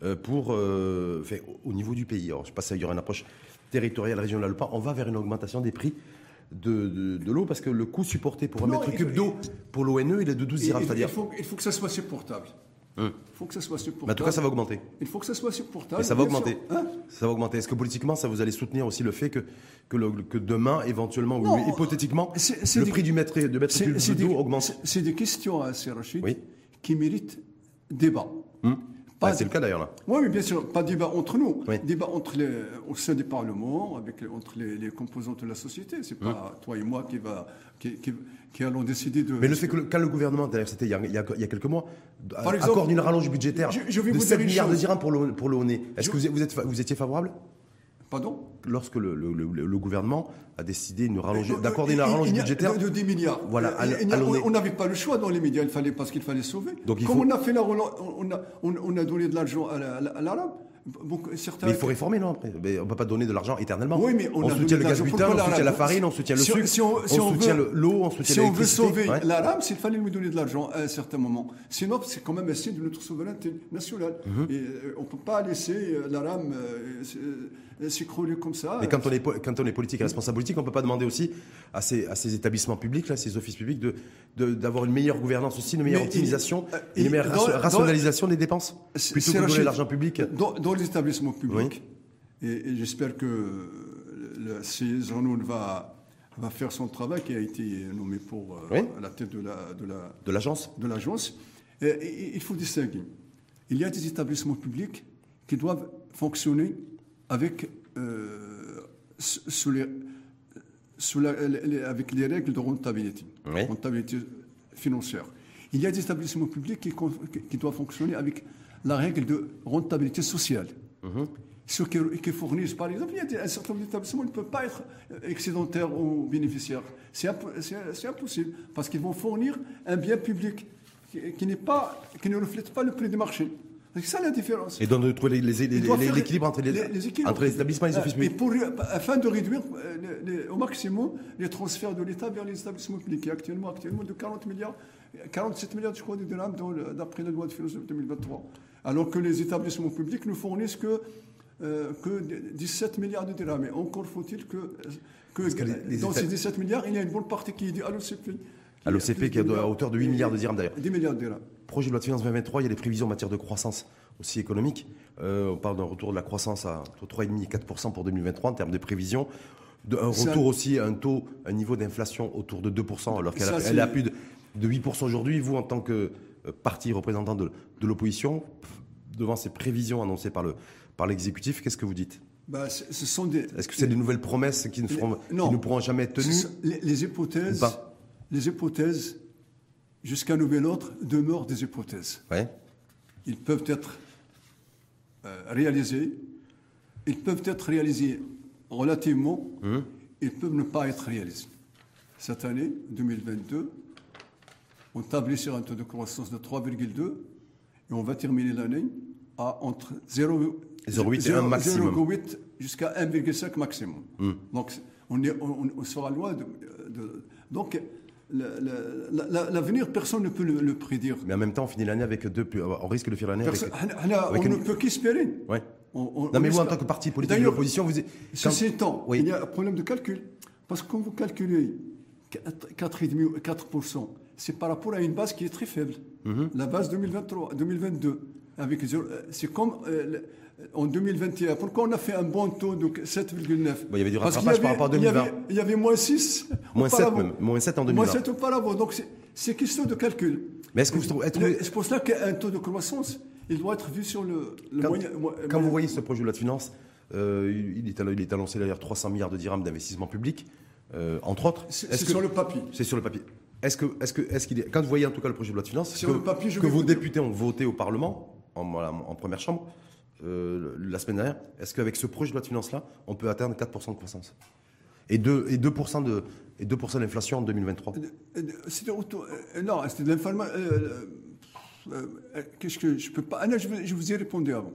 au niveau du pays. Alors, je ne sais pas si il y aura une approche territoriale, régionale ou pas. On va vers une augmentation des prix de l'eau parce que le coût supporté pour un mètre cube d'eau pour l'ONE, il est de 12 dirhams. Il faut que ça soit supportable. Il faut que ça soit supportable. Mais en tout cas, ça va augmenter. Il faut que ça soit supportable. Mais ça va augmenter. Ça va augmenter. Est-ce que politiquement, ça vous allez soutenir aussi le fait que demain, éventuellement, ou hypothétiquement, le prix du mètre cube d'eau augmente? C'est des questions assez Rachid qui méritent débat. C'est le cas d'ailleurs là. Oui, bien sûr, pas débat entre nous, oui. Débat au sein des parlements, entre les composantes de la société. C'est pas toi et moi qui allons décider de... Mais le fait que quand le gouvernement, d'ailleurs c'était il y a quelques mois, accorde une rallonge budgétaire de 7 milliards de dirhams pour l'ONE, est-ce que vous étiez favorable? Pardon? Lorsque le gouvernement a décidé d'accorder une rallonge budgétaire de 10 milliards. Voilà, on n'avait pas le choix dans les médias, parce qu'il fallait sauver. Donc, on a fait on a donné de l'argent à l'arabe. Mais il faut réformer, non, après. Mais on ne peut pas donner de l'argent éternellement. Oui, mais on soutient le gaz butane, on soutient la farine, on soutient le sucre, on soutient l'eau, on soutient l'électricité. Si on veut sauver l'arabe, il fallait lui donner de l'argent à un certain moment. Sinon, c'est quand même un signe de notre souveraineté nationale. Et on ne peut pas laisser l'arabe s'écrouler comme ça. Mais quand on est politique et responsable politique, on ne peut pas demander aussi à ces établissements publics, là, ces offices publics, d'avoir une meilleure gouvernance aussi, une meilleure optimisation, une meilleure rationalisation des dépenses, plutôt que de donner l'argent public. Dans les établissements publics, et j'espère que le CESRON va faire son travail, qui a été nommé pour à la tête de l'agence. Il faut distinguer. Il y a des établissements publics qui doivent fonctionner avec avec les règles de rentabilité financière. Il y a des établissements publics qui doivent fonctionner avec la règle de rentabilité sociale. Ceux qui fournissent, par exemple, il y a un certain nombre d'établissements qui ne peuvent pas être excédentaires ou bénéficiaires. C'est impossible, parce qu'ils vont fournir un bien public qui ne reflète pas le prix du marché. C'est ça la différence. Et donc de trouver l'équilibre entre les établissements et les offices publics. Afin de réduire au maximum les transferts de l'État vers les établissements publics, qui est actuellement de 47 milliards, je crois, de dirhams d'après la loi de finances de 2023. Alors que les établissements publics ne fournissent que 17 milliards de dirhams. Et encore faut-il que dans ces 17 milliards, il y a une bonne partie qui est due à l'OCP. À l'OCP qui est à hauteur de 8 milliards de dirhams d'ailleurs. 10 milliards de dirhams. Projet de loi de finances 2023, il y a des prévisions en matière de croissance aussi économique. On parle d'un retour de la croissance à 3,5 et 4% pour 2023 en termes de prévisions. Un retour aussi à un niveau d'inflation autour de 2%, alors qu'elle est à plus de 8% aujourd'hui. Vous, en tant que parti représentant de l'opposition, devant ces prévisions annoncées par l'exécutif, qu'est-ce que vous dites? Est-ce que c'est des nouvelles promesses qui ne pourront jamais être tenues? Les hypothèses, jusqu'à nouvel ordre, demeurent des hypothèses. Ouais. Ils peuvent être réalisés. Ils peuvent être réalisés relativement. Ils peuvent ne pas être réalisés. Cette année, 2022, on tablait sur un taux de croissance de 3,2 et on va terminer l'année à entre 0,8 et 1 maximum. 0,8 jusqu'à 1,5 maximum. Donc, on sera loin donc, l'avenir, personne ne peut le prédire. Mais en même temps, on finit l'année avec on risque de finir l'année on ne peut qu'espérer. Ouais. Non, mais vous, en tant que parti politique de l'opposition, ceci étant, il y a un problème de calcul. Parce que quand vous calculez 4,5 ou 4%, c'est par rapport à une base qui est très faible. La base 2022. C'est comme en 2021. Pourquoi on a fait un bon taux de 7,9 ? Il y avait du rattrapage par rapport à 2020. Il y avait moins 6. Moins 7 même. Moins 7 en 2020. Moins 7 auparavant. Donc c'est question de calcul. Mais est-ce que c'est pour cela qu'un taux de croissance, il doit être vu sur le moyen. Quand vous voyez ce projet de loi de finances, il est annoncé d'ailleurs 300 milliards de dirhams d'investissement public, entre autres. C'est sur le papier. C'est sur le papier. Quand vous voyez en tout cas le projet de loi de finances, que vos députés ont voté au Parlement, en première chambre, la semaine dernière, est-ce qu'avec ce projet de loi de finances-là, on peut atteindre 4% de croissance et 2% d'inflation en 2023 Non, c'était de l'inflation. Qu'est-ce que je peux pas. Je vous ai répondu avant.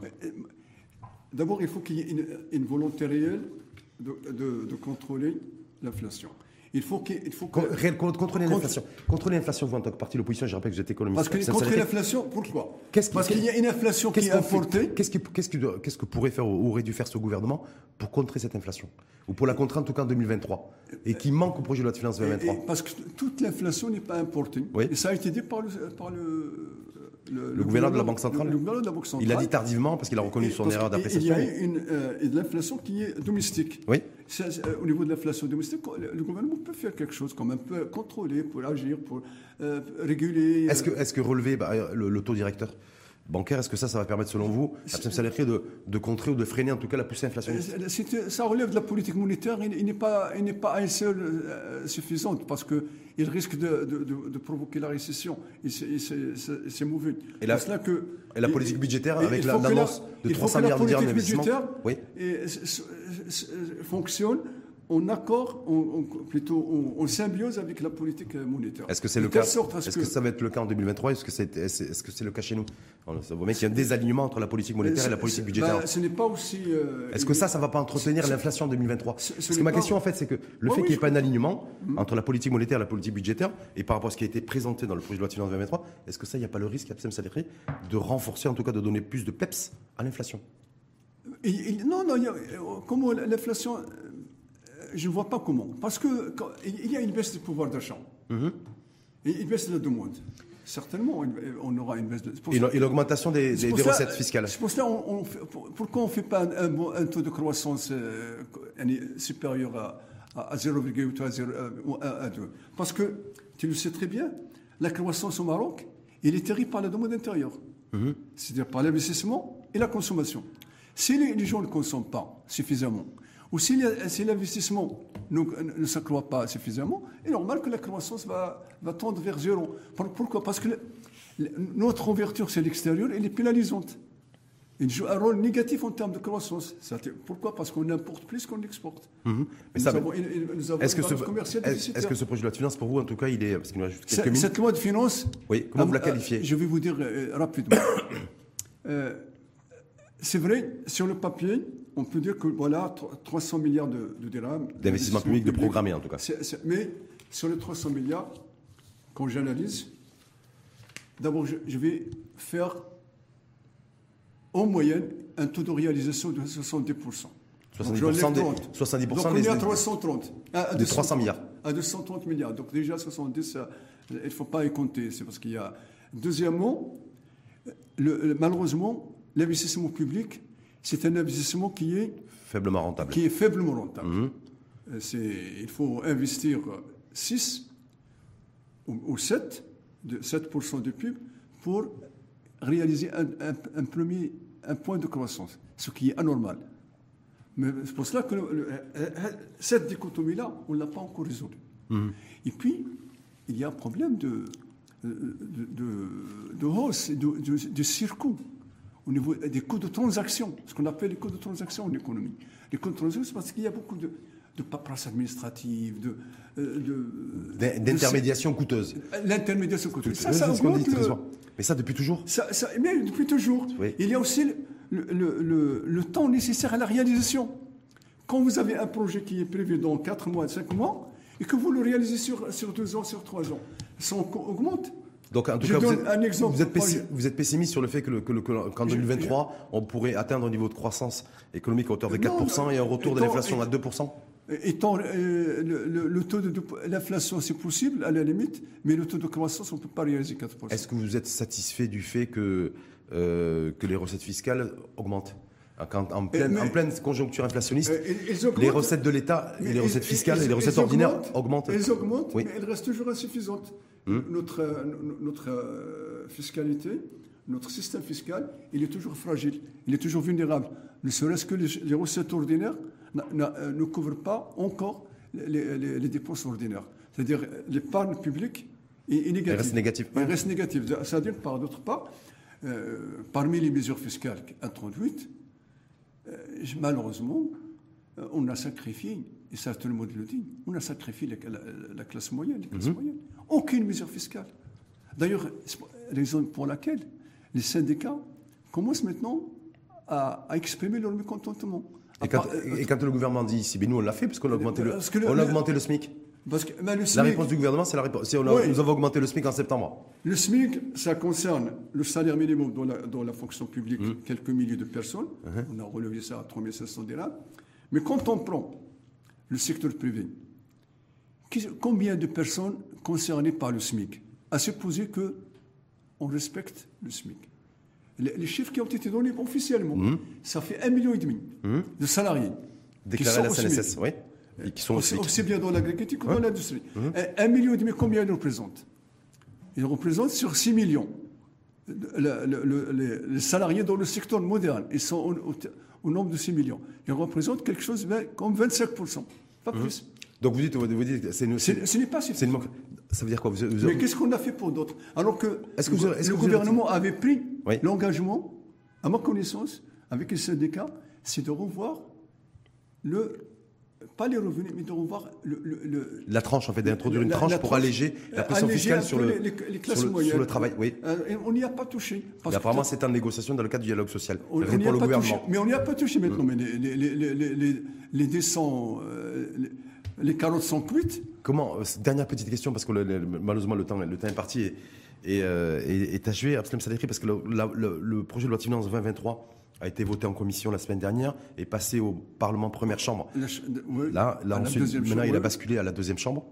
D'abord, il faut qu'il y ait une volonté réelle de contrôler l'inflation. Il faut contrôler l'inflation. Contrôler l'inflation, vous en tant que parti de l'opposition, je rappelle que vous êtes économiste. Parce que contrôler l'inflation, pourquoi ? Parce qu'il y a une inflation qui est importée. Qu'est-ce que pourrait faire ou aurait dû faire ce gouvernement pour contrer cette inflation ? Ou pour la contrer en tout cas en 2023 ? Et qui manque au projet de loi de finances 2023 ? Parce que toute l'inflation n'est pas importée. Oui. Et ça a été dit par le gouverneur de la Banque centrale. Le gouverneur de la Banque centrale. Il a dit tardivement parce qu'il a reconnu son erreur d'appréciation. Il y a de l'inflation qui est domestique. Oui. Au niveau de l'inflation domestique, le gouvernement peut faire quelque chose, quand même, peut contrôler, pour agir, pour réguler. Est-ce que relever le taux directeur bancaire. Est-ce que ça va permettre, selon vous, Abdeslam Salihri, de contrer ou de freiner en tout cas la poussée inflationniste? Ça relève de la politique monétaire. Il n'est pas à elle seule suffisante parce qu'il risque de provoquer la récession. Il s'est mauvais. Et la politique budgétaire, avec l'annonce de 300 milliards de dirhams d'investissement, fonctionne en accord, plutôt en symbiose avec la politique monétaire. Est-ce que c'est le cas? Est-ce que ça va être le cas en 2023? Est-ce que c'est le cas chez nous? Ça voit bien qu'il y a un désalignement entre la politique monétaire et la politique budgétaire. Ce n'est pas aussi. Est-ce que ça va pas entretenir l'inflation en 2023? Parce que ma question, en fait, c'est que le fait qu'il n'y ait pas un alignement entre la politique monétaire et la politique budgétaire, et par rapport à ce qui a été présenté dans le projet de loi de finances 2023, est-ce que ça, il n'y a pas le risque, Abdeslam Salihri, de renforcer, en tout cas, de donner plus de peps à l'inflation? Non, comment l'inflation. Je ne vois pas comment. Parce qu'il y a une baisse du pouvoir d'achat. Et une baisse de la demande. Certainement, on aura une baisse de... Et l'augmentation des recettes fiscales. C'est pour cela pourquoi on ne fait pas un taux de croissance supérieur à 0,8 ou à 2? Parce que, tu le sais très bien, la croissance au Maroc, elle est terrible par la demande intérieure. C'est-à-dire par l'investissement et la consommation. Si les gens ne consomment pas suffisamment, ou si l'investissement ne s'accroît pas suffisamment, il est normal que la croissance va tendre vers zéro. Pourquoi? Parce que notre ouverture sur l'extérieur, elle est pénalisante. Elle joue un rôle négatif en termes de croissance. Pourquoi? Parce qu'on importe plus qu'on exporte. Est-ce que ce projet de loi de finances, pour vous, en tout cas, il est... Parce qu'il nous reste quelques minutes. Cette loi de finances... Oui, comment vous la qualifiez? Je vais vous dire rapidement. C'est vrai, sur le papier, on peut dire que voilà, 300 milliards de dirhams. D'investissement public, de programmé en tout cas. Mais sur les 300 milliards, quand j'analyse, d'abord je vais faire en moyenne un taux de réalisation de 70%. 70% donc on est à 330. De 300 milliards. À 230 milliards. Donc déjà 70, il ne faut pas y compter. C'est parce qu'il y a... Deuxièmement, malheureusement, l'investissement public, c'est un investissement qui est faiblement rentable. Il faut investir 6 ou 7% du PIB pour réaliser un point de croissance, ce qui est anormal. Mais c'est pour cela que cette dichotomie-là, on ne l'a pas encore résolue. Et puis, il y a un problème de hausse, de circuit au niveau des coûts de transaction, ce qu'on appelle les coûts de transaction en économie. Les coûts de transaction, c'est parce qu'il y a beaucoup de paperasse administrative, d'intermédiation coûteuse. L'intermédiation coûteuse. Ça augmente mais ça depuis toujours. Mais depuis toujours. Oui. Il y a aussi le temps nécessaire à la réalisation. Quand vous avez un projet qui est prévu dans 4 mois, 5 mois, et que vous le réalisez sur 2 ans, sur 3 ans, ça augmente. Donc, en tout cas, vous êtes pessimiste sur le fait qu'en 2023, on pourrait atteindre un niveau de croissance économique à hauteur de 4% et un retour de l'inflation à 2%? Étant le taux de l'inflation, c'est possible, à la limite, mais le taux de croissance, on ne peut pas réaliser 4%. Est-ce que vous êtes satisfait du fait que les recettes fiscales augmentent? En pleine conjoncture inflationniste, les recettes de l'État, les recettes fiscales et les recettes ordinaires augmentent. Elles augmentent, oui. Mais elles restent toujours insuffisantes. Notre fiscalité, notre système fiscal, il est toujours fragile, il est toujours vulnérable. Ne serait-ce que les recettes ordinaires ne couvrent pas encore les dépenses ordinaires. C'est-à-dire l'épargne publique est négative. Elle reste négative. C'est-à-dire, par d'autre part, parmi les mesures fiscales introduites, malheureusement, on a sacrifié, et ça tout le monde le dit, on a sacrifié la classe moyenne, Aucune mesure fiscale. D'ailleurs, raison pour laquelle les syndicats commencent maintenant à exprimer leur mécontentement. Et quand le gouvernement dit ici, nous on l'a fait parce qu'on a augmenté le SMIC. La réponse du gouvernement, c'est nous avons augmenté le SMIC en septembre. Le SMIC, ça concerne le salaire minimum dans la fonction publique, quelques milliers de personnes. On a relevé ça à 3500 dirhams. Mais quand on prend le secteur privé, combien de personnes concernées par le SMIC? À supposer qu'on respecte le SMIC. Les chiffres qui ont été donnés officiellement, ça fait 1,5 million de salariés. Déclarés à la CNSS, oui. Et qui sont aussi bien dans l'agriculture que dans l'industrie. 1,5 million, combien ils représentent? Ils représentent sur 6 millions. les salariés dans le secteur moderne. Ils sont au nombre de 6 millions. Ils représentent quelque chose comme 25%, pas plus. Donc vous dites ce n'est pas suffisant. Ça veut dire quoi Mais qu'est-ce qu'on a fait pour d'autres? Alors que le gouvernement avait pris l'engagement, à ma connaissance, avec les syndicats, c'est de revoir pas les revenus, mais de revoir la tranche, en fait, d'introduire une tranche pour alléger la pression fiscale sur les classes moyennes. Sur le travail. Oui. On n'y a pas touché. Mais apparemment, c'est en négociation dans le cadre du dialogue social. On n'y a pas touché. Mais on n'y a pas touché maintenant. Mais les décents, les carottes sont cuites. Comment Dernière petite question, parce que malheureusement, le temps est parti est achevé. Abdeslam Sadeghi, parce que le projet de loi de finances 2023 a été voté en commission la semaine dernière et passé au Parlement première chambre. Là ensuite, maintenant, il a basculé à la deuxième chambre.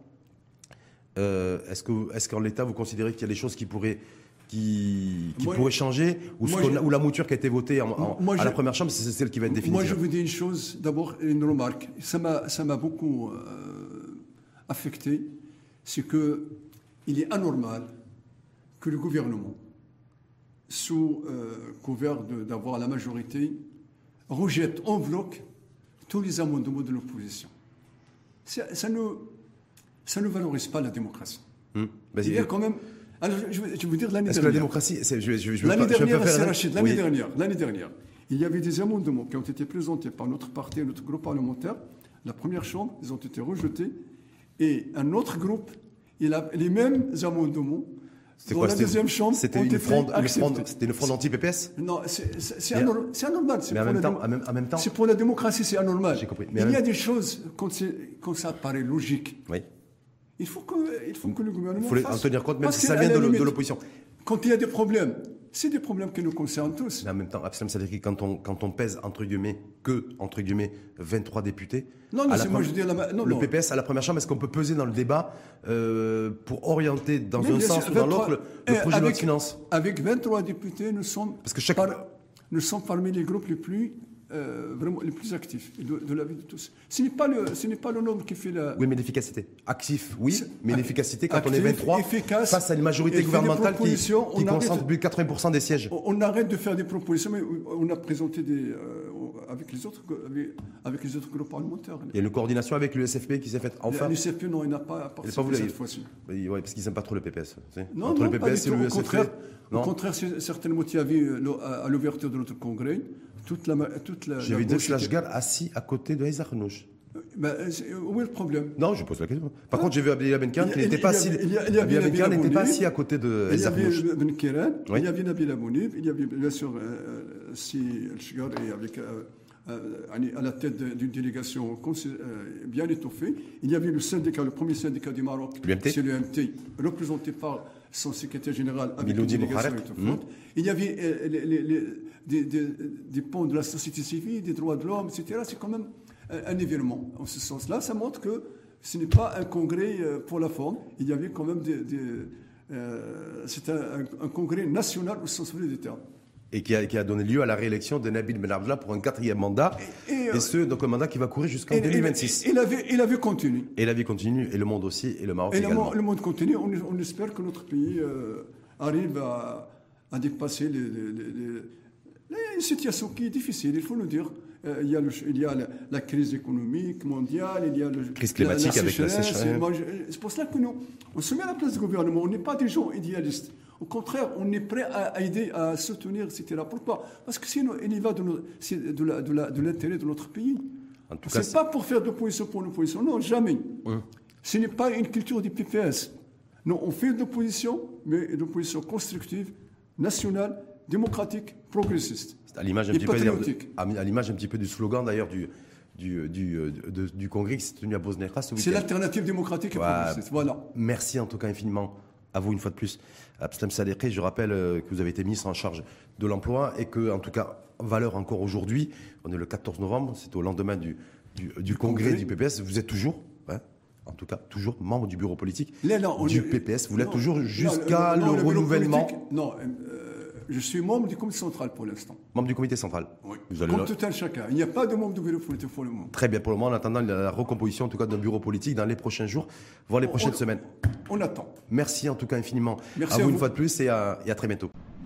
Est-ce qu'en l'état, vous considérez qu'il y a des choses qui pourraient changer ou la mouture qui a été votée à la première chambre, c'est celle qui va être définitive? Moi, je vous dis une chose, d'abord, une remarque. Ça m'a beaucoup affecté. C'est qu'il est anormal que le gouvernement, sous couvert d'avoir la majorité, rejette en bloc tous les amendements de l'opposition. Ça ne valorise pas la démocratie. Il y a quand même... Alors, je vais vous dire l'année dernière. Est-ce que la démocratie... L'année dernière, il y avait des amendements qui ont été présentés par notre parti et notre groupe parlementaire. La première chambre, ils ont été rejetés. Et un autre groupe, il a les mêmes amendements. Dans la deuxième chambre, c'était une fronde anti-PPS? Non, c'est anormal. Mais en même temps, c'est pour la démocratie, c'est anormal. J'ai compris. Il y a des choses, quand ça paraît logique, il faut que le gouvernement fasse. Il faut en tenir compte, même si ça vient de l'opposition. Quand il y a des problèmes, c'est des problèmes qui nous concernent tous. Mais en même temps, Abdeslam Sadeghi, quand on pèse, entre guillemets, 23 députés... Le PPS, à la première chambre, est-ce qu'on peut peser dans le débat pour orienter dans un sens ou dans l'autre le projet de loi de finances? Avec 23 députés, nous sommes parmi les groupes les plus actifs de la vie de tous. Ce n'est pas le nombre qui fait la... Oui, mais l'efficacité. Actif, oui, mais l'efficacité, quand on est 23, face à une majorité gouvernementale qui concentre plus de 80% des sièges. On arrête de faire des propositions, mais on a présenté avec les autres groupes parlementaires. Il y a une coordination avec l'USFP qui s'est faite enfin. L'USFP, non, il n'a pas participé cette fois-ci. Oui, parce qu'ils n'aiment pas trop le PPS. Non, le PPS et l'USFP. Au contraire, certains motifs à l'ouverture de notre congrès. J'ai vu Dess Lashgar assis à côté de Aïssa Khnouch. Où est le problème? Non, je pose la question. Par contre, j'ai vu Abdellah Benkan qui n'était pas assis à côté de Aïssa Khnouch. Il y avait Ben Kiran, il y avait Nabila Mounib, il y avait bien sûr Si El-Shgar avec à la tête d'une délégation bien étoffée. Il y avait le premier syndicat du Maroc, c'est l'UMT, représenté par son secrétaire général avec une délégation étoffante. Il y avait des ponts de la société civile, des droits de l'homme, etc. C'est quand même un événement. En ce sens-là, ça montre que ce n'est pas un congrès pour la forme. Il y avait quand même c'est un congrès national au sens vrai du terme. Et qui a donné lieu à la réélection de Nabil Ben Abdallah pour un 4e mandat, donc un mandat qui va courir jusqu'en 2026. Et la vie continue. Et la vie continue, et le monde aussi, et le Maroc également. Le monde continue. On espère que notre pays arrive à dépasser une situation qui est difficile, il faut le dire. Il y a la crise économique mondiale, il y a la crise climatique avec la sécheresse. C'est pour cela que on se met à la place du gouvernement. On n'est pas des gens idéalistes. Au contraire, on est prêt à aider, à soutenir, etc. Pourquoi? Parce que sinon, il y va de l'intérêt de notre pays. Ce n'est pas pour faire d'opposition pour l'opposition. Non, jamais. Ce n'est pas une culture du PPS. Non, on fait de l'opposition, mais une opposition constructive, nationale, démocratique, progressiste. À l'image un petit peu du slogan d'ailleurs du congrès qui s'est tenu à Bosnie-Herzégovine ce week-end. C'est l'alternative démocratique et progressiste. Voilà. Merci en tout cas infiniment à vous une fois de plus. Abdeslam Sadeghi, je rappelle que vous avez été ministre en charge de l'emploi et que, en tout cas, valeur encore aujourd'hui, on est le 14 novembre, c'est au lendemain du congrès du PPS. Vous êtes toujours, en tout cas, toujours membre du bureau politique du PPS. Vous l'êtes toujours jusqu'à le renouvellement. Je suis membre du comité central pour l'instant. Membre du comité central. Oui. Comme tout un chacun. Il n'y a pas de membre du bureau politique pour le moment. Très bien. Pour le moment, en attendant la recomposition, en tout cas, d'un bureau politique dans les prochains jours, voire les prochaines semaines. On attend. Merci en tout cas infiniment. Merci à vous une fois de plus et à très bientôt.